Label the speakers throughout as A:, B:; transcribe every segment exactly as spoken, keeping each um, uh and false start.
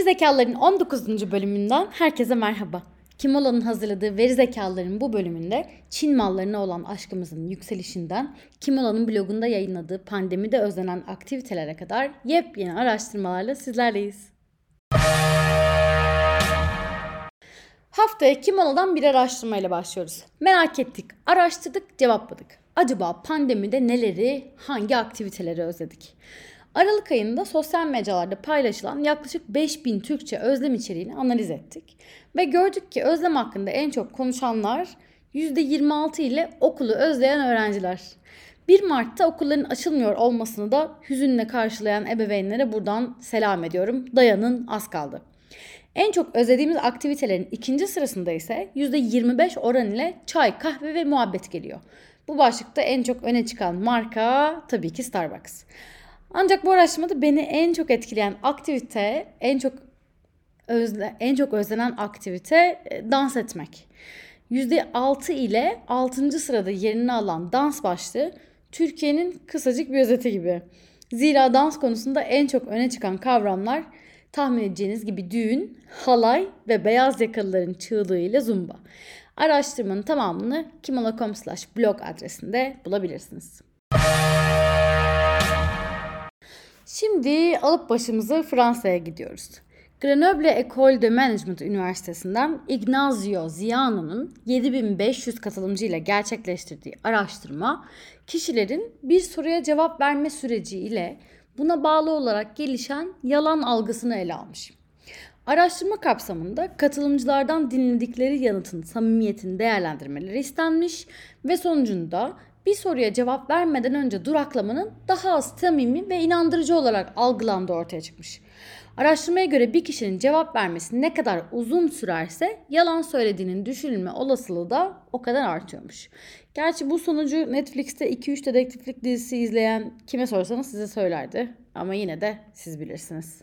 A: Zekalıların on dokuzuncu bölümünden herkese merhaba. Kimola'nın hazırladığı Veri Zekalıların bu bölümünde Çin mallarına olan aşkımızın yükselişinden Kimola'nın blogunda yayınladığı pandemide özlenen aktivitelere kadar yepyeni araştırmalarla sizlerleyiz. Haftaya Kimola'dan bir araştırmayla başlıyoruz. Merak ettik, araştırdık, cevapladık. Acaba pandemide neleri, hangi aktiviteleri özledik? Aralık ayında sosyal mecralarda paylaşılan yaklaşık beş bin Türkçe özlem içeriğini analiz ettik. Ve gördük ki özlem hakkında en çok konuşanlar yüzde yirmi altı ile okulu özleyen öğrenciler. bir Mart'ta okulların açılmıyor olmasını da hüzünle karşılayan ebeveynlere buradan selam ediyorum. Dayanın, az kaldı. En çok özlediğimiz aktivitelerin ikinci sırasında ise yüzde yirmi beş oran ile çay, kahve ve muhabbet geliyor. Bu başlıkta en çok öne çıkan marka tabii ki Starbucks. Ancak bu araştırmada beni en çok etkileyen aktivite, en çok özle, en çok özlenen aktivite dans etmek. yüzde altı ile altıncı sırada yerini alan dans başlığı Türkiye'nin kısacık bir özeti gibi. Zira dans konusunda en çok öne çıkan kavramlar tahmin edeceğiniz gibi düğün, halay ve beyaz yakalıların çığlığı ile zumba. Araştırmanın tamamını kimola nokta com slash blog adresinde bulabilirsiniz. Şimdi alıp başımızı Fransa'ya gidiyoruz. Grenoble École de Management Üniversitesi'nden Ignazio Ziano'nun yedi bin beş yüz katılımcı ile gerçekleştirdiği araştırma, kişilerin bir soruya cevap verme süreci ile buna bağlı olarak gelişen yalan algısını ele almış. Araştırma kapsamında katılımcılardan dinledikleri yanıtın samimiyetini değerlendirmeleri istenmiş ve sonucunda bir soruya cevap vermeden önce duraklamanın daha az samimi ve inandırıcı olarak algılandığı ortaya çıkmış. Araştırmaya göre bir kişinin cevap vermesi ne kadar uzun sürerse yalan söylediğinin düşünülme olasılığı da o kadar artıyormuş. Gerçi bu sonucu Netflix'te iki üç dedektiflik dizisi izleyen kime sorsanız size söylerdi. Ama yine de siz bilirsiniz.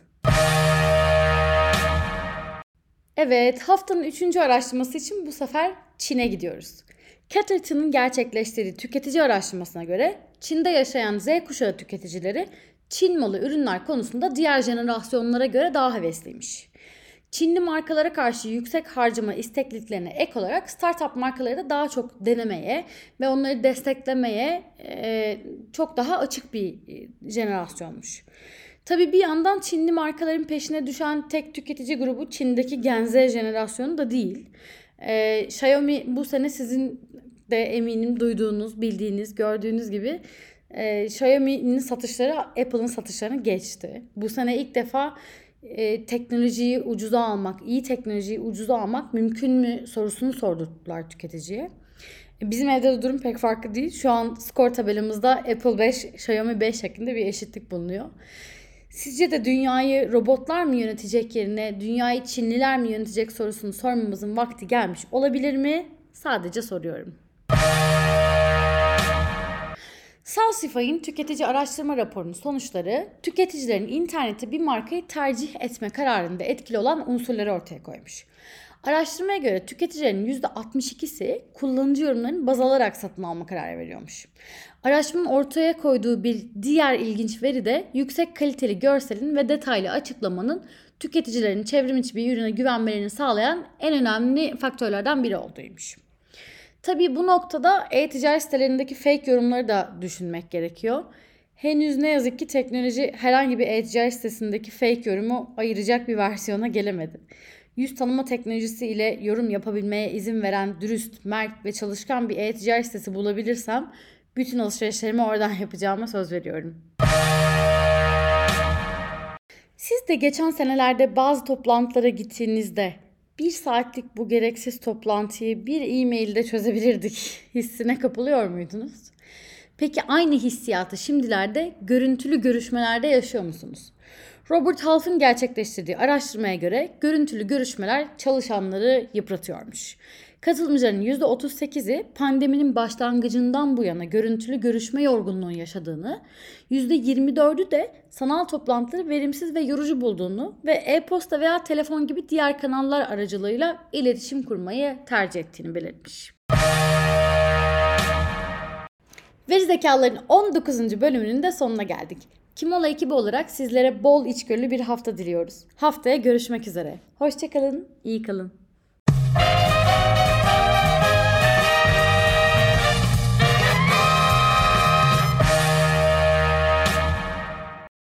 A: Evet, haftanın üçüncü araştırması için bu sefer Çin'e gidiyoruz. Caterton'un gerçekleştirdiği tüketici araştırmasına göre Çin'de yaşayan Z kuşağı tüketicileri Çin malı ürünler konusunda diğer jenerasyonlara göre daha hevesliymiş. Çinli markalara karşı yüksek harcama istekliliklerine ek olarak startup markaları da daha çok denemeye ve onları desteklemeye e, çok daha açık bir jenerasyonmuş. Tabii bir yandan Çinli markaların peşine düşen tek tüketici grubu Çin'deki Gen Z jenerasyonu da değil. Ee, Xiaomi bu sene sizin de eminim duyduğunuz, bildiğiniz, gördüğünüz gibi e, Xiaomi'nin satışları Apple'ın satışlarını geçti. Bu sene ilk defa e, teknolojiyi ucuza almak, iyi teknolojiyi ucuza almak mümkün mü sorusunu sordular tüketiciye. Bizim evde de durum pek farklı değil. Şu an skor tabelamızda Apple beş, Xiaomi beş şeklinde bir eşitlik bulunuyor. Sizce de dünyayı robotlar mı yönetecek yerine dünyayı Çinliler mi yönetecek sorusunu sormamızın vakti gelmiş olabilir mi? Sadece soruyorum. Salsify'in tüketici araştırma raporunun sonuçları tüketicilerin internette bir markayı tercih etme kararında etkili olan unsurları ortaya koymuş. Araştırmaya göre tüketicilerin yüzde altmış ikisi kullanıcı yorumlarını baz alarak satın alma kararı veriyormuş. Araştırmanın ortaya koyduğu bir diğer ilginç veri de yüksek kaliteli görselin ve detaylı açıklamanın tüketicilerin çevrim içi bir ürüne güvenmelerini sağlayan en önemli faktörlerden biri olduğuymuş. Tabii bu noktada e-ticaret sitelerindeki fake yorumları da düşünmek gerekiyor. Henüz ne yazık ki teknoloji herhangi bir e-ticaret sitesindeki fake yorumu ayıracak bir versiyona gelemedi. Yüz tanıma teknolojisi ile yorum yapabilmeye izin veren dürüst, mert ve çalışkan bir e-ticaret sitesi bulabilirsem bütün alışverişlerimi oradan yapacağıma söz veriyorum. Siz de geçen senelerde bazı toplantılara gittiğinizde bir saatlik bu gereksiz toplantıyı bir e-mailde çözebilirdik hissine kapılıyor muydunuz? Peki aynı hissiyatı şimdilerde görüntülü görüşmelerde yaşıyor musunuz? Robert Half'ın gerçekleştirdiği araştırmaya göre görüntülü görüşmeler çalışanları yıpratıyormuş. Katılımcıların yüzde otuz sekizi pandeminin başlangıcından bu yana görüntülü görüşme yorgunluğu yaşadığını, yüzde yirmi dördü de sanal toplantıları verimsiz ve yorucu bulduğunu ve e-posta veya telefon gibi diğer kanallar aracılığıyla iletişim kurmayı tercih ettiğini belirtmiş. Veri Zekalıların on dokuzuncu bölümünün de sonuna geldik. Kimola ekibi olarak sizlere bol içgörülü bir hafta diliyoruz. Haftaya görüşmek üzere. Hoşça kalın, iyi kalın.